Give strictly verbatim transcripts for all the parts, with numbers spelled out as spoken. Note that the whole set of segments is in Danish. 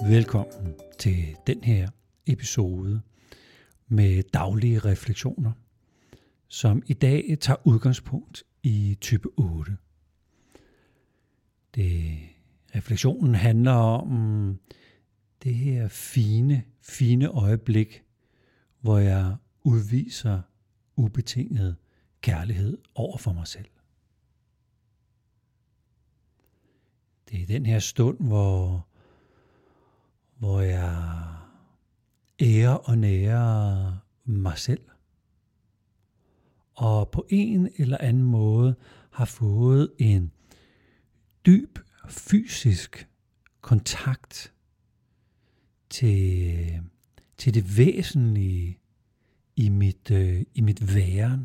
Velkommen til den her episode med daglige refleksioner, som i dag tager udgangspunkt i type otte. Det, refleksionen handler om det her fine, fine øjeblik, hvor jeg udviser ubetinget kærlighed over for mig selv. Det er den her stund, hvor, hvor jeg ærer og nærer mig selv, og på en eller anden måde har fået en dyb fysisk kontakt til, til det væsentlige i mit, øh, i mit væren.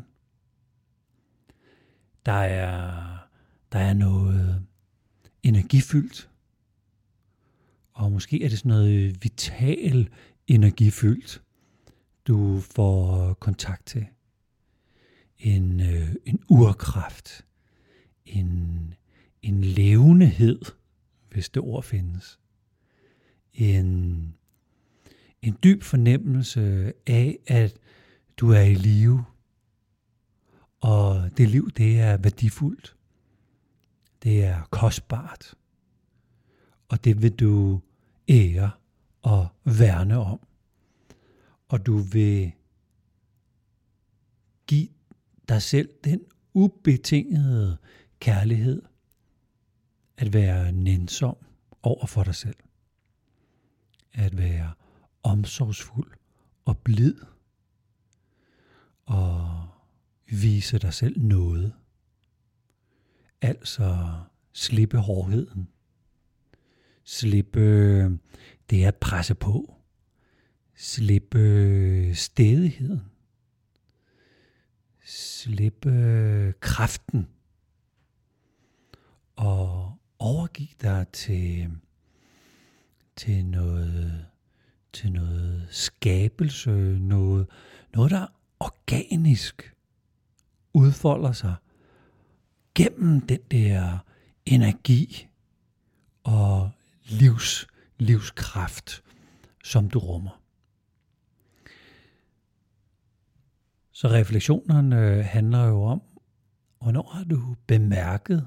Der er, der er noget energifyldt, og måske er det sådan noget vital energifyldt, du får kontakt til. En, øh, en urkraft, en, en levendehed, hvis det ord findes. En, en dyb fornemmelse af, at du er i live, og det liv, det er værdifuldt. Det er kostbart, og det vil du ære og værne om. Og du vil give dig selv den ubetingede kærlighed at være nænsom over for dig selv. At være omsorgsfuld og blid og vise dig selv noget. Altså slippe hårdheden. Slippe det at presse på. Slippe stædigheden. Slippe kraften. Og overgive dig til, til noget, til noget skabelse, noget, noget der organisk udfolder sig gennem den der energi og livs, livskraft, som du rummer. Så refleksionerne handler jo om, hvornår har du bemærket,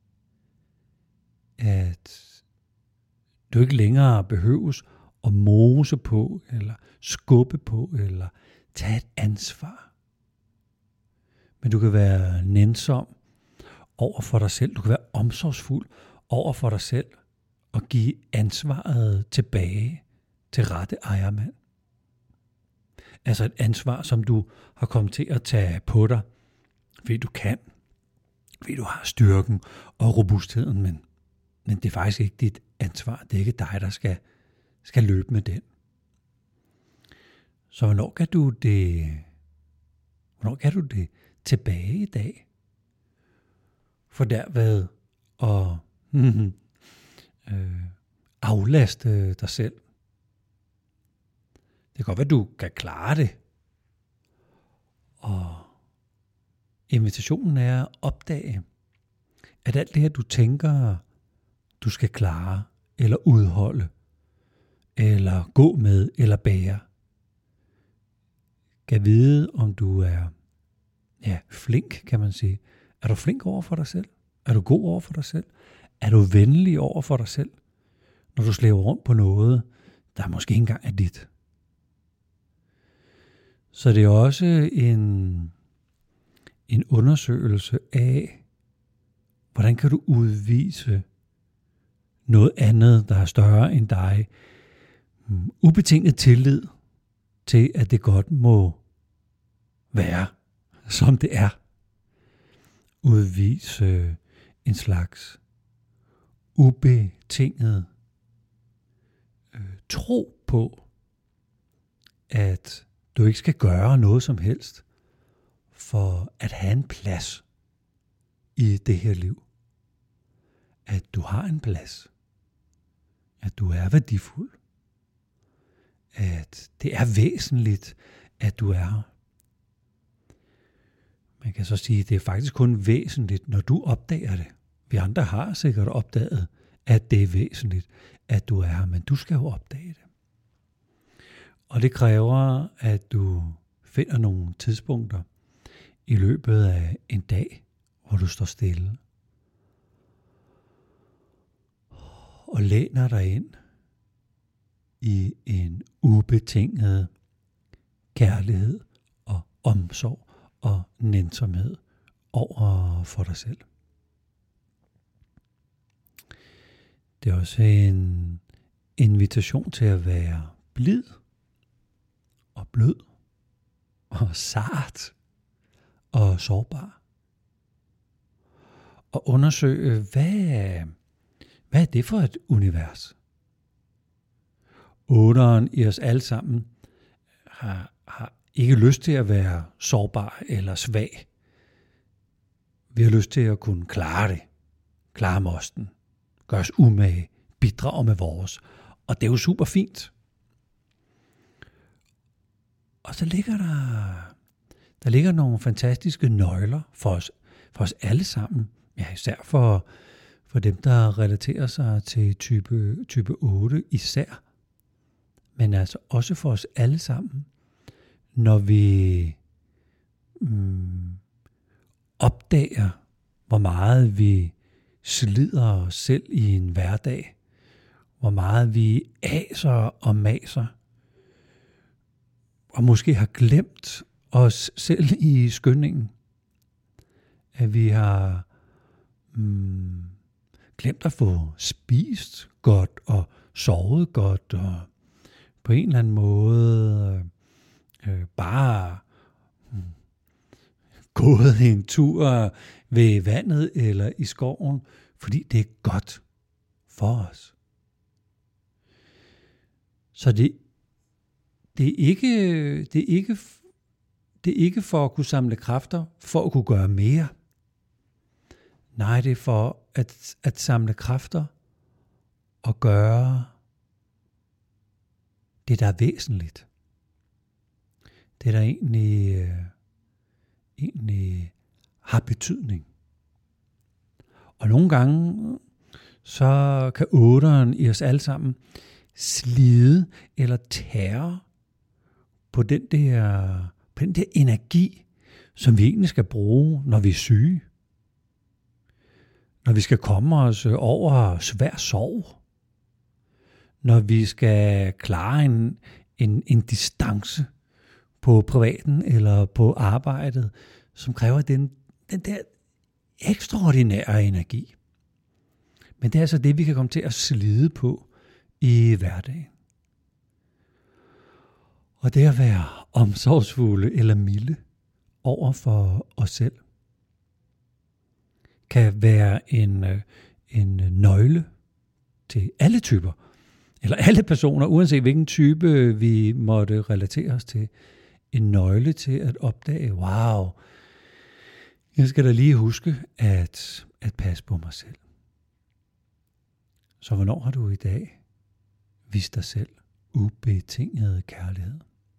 at du ikke længere behøves at mose på, eller skubbe på, eller tage et ansvar. Men du kan være nænsom over for dig selv. Du kan være omsorgsfuld over for dig selv og give ansvaret tilbage til rette ejermand. Altså et ansvar, som du har kommet til at tage på dig, fordi du kan, fordi du har styrken og robustheden, men, men det er faktisk ikke dit ansvar. Det er ikke dig, der skal, skal løbe med den. Så hvornår kan du det, hvornår kan du det tilbage i dag? For derved at mm, øh, aflaste dig selv. Det kan godt være, at du kan klare det. Og invitationen er at opdage, at alt det her, du tænker, du skal klare, eller udholde, eller gå med, eller bære, kan vide, om du er ja, flink, kan man sige. Er du flink over for dig selv? Er du god over for dig selv? Er du venlig over for dig selv, når du slæver rundt på noget, der måske ikke engang er dit? Så det er også en, en undersøgelse af, hvordan kan du udvise noget andet, der er større end dig. Ubetinget tillid til, at det godt må være, som det er. Udvise en slags ubetinget øh, tro på, at du ikke skal gøre noget som helst for at have en plads i det her liv. At du har en plads. At du er værdifuld. At det er væsentligt, at du er her. Man kan så sige, at det er faktisk kun væsentligt, når du opdager det. Vi andre har sikkert opdaget, at det er væsentligt, at du er her, men du skal jo opdage det. Og det kræver, at du finder nogle tidspunkter i løbet af en dag, hvor du står stille og læner dig ind i en ubetinget kærlighed og omsorg og nænsomhed over for dig selv. Det er også en invitation til at være blid og blød og sart og sårbar. Og undersøge, hvad, hvad er det for et univers? Otteren i os alle sammen har, har ikke lyst til at være sårbar eller svag. Vi har lyst til at kunne klare det, klare mosten, gøre os umage, bidrage med vores. Og det er jo super fint. Og så ligger der, der ligger nogle fantastiske nøgler for os, for os alle sammen. Ja, især for, for dem, der relaterer sig til type, type otte især. Men altså også for os alle sammen, når vi mm, opdager, hvor meget vi slider os selv i en hverdag, hvor meget vi aser og maser, og måske har glemt os selv i skyndingen. At vi har mm, glemt at få spist godt og sovet godt, og på en eller anden måde øh, bare mm, gået en tur ved vandet eller i skoven, fordi det er godt for os. Så det, det, er ikke, det, er ikke, det er ikke for at kunne samle kræfter, for at kunne gøre mere. Nej, det er for at, at samle kræfter og gøre det, der er væsentligt. Det, der egentlig, øh, egentlig har betydning. Og nogle gange, så kan otteren i os alle sammen slide eller tære på den der, på den der energi, som vi egentlig skal bruge, når vi er syge. Når vi skal komme os over svær sorg. Når vi skal klare en, en, en distance på privaten eller på arbejdet, som kræver den, den der ekstraordinære energi. Men det er altså det, vi kan komme til at slide på i hverdagen. Og det at være omsorgsfulde eller milde over for os selv, kan være en, en nøgle til alle typer, eller alle personer, uanset hvilken type vi måtte relatere os til. En nøgle til at opdage, wow, jeg skal da lige huske at, at passe på mig selv. Så hvornår har du i dag vist dig selv ubetinget kærlighed?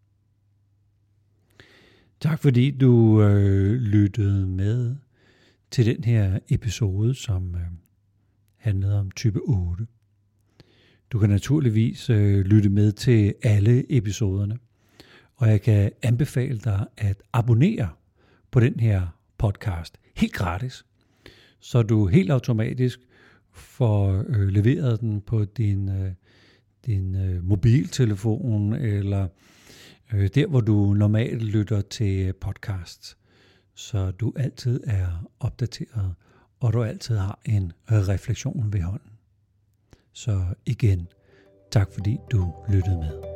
Tak fordi du øh, lyttede med til den her episode, som øh, handlede om type otte. Du kan naturligvis øh, lytte med til alle episoderne, og jeg kan anbefale dig at abonnere på den her podcast helt gratis, så du helt automatisk får øh, leveret den på din, øh, din øh, mobiltelefon, eller øh, der, hvor du normalt lytter til podcast, så du altid er opdateret, og du altid har en refleksion ved hånden. Så igen, tak fordi du lyttede med.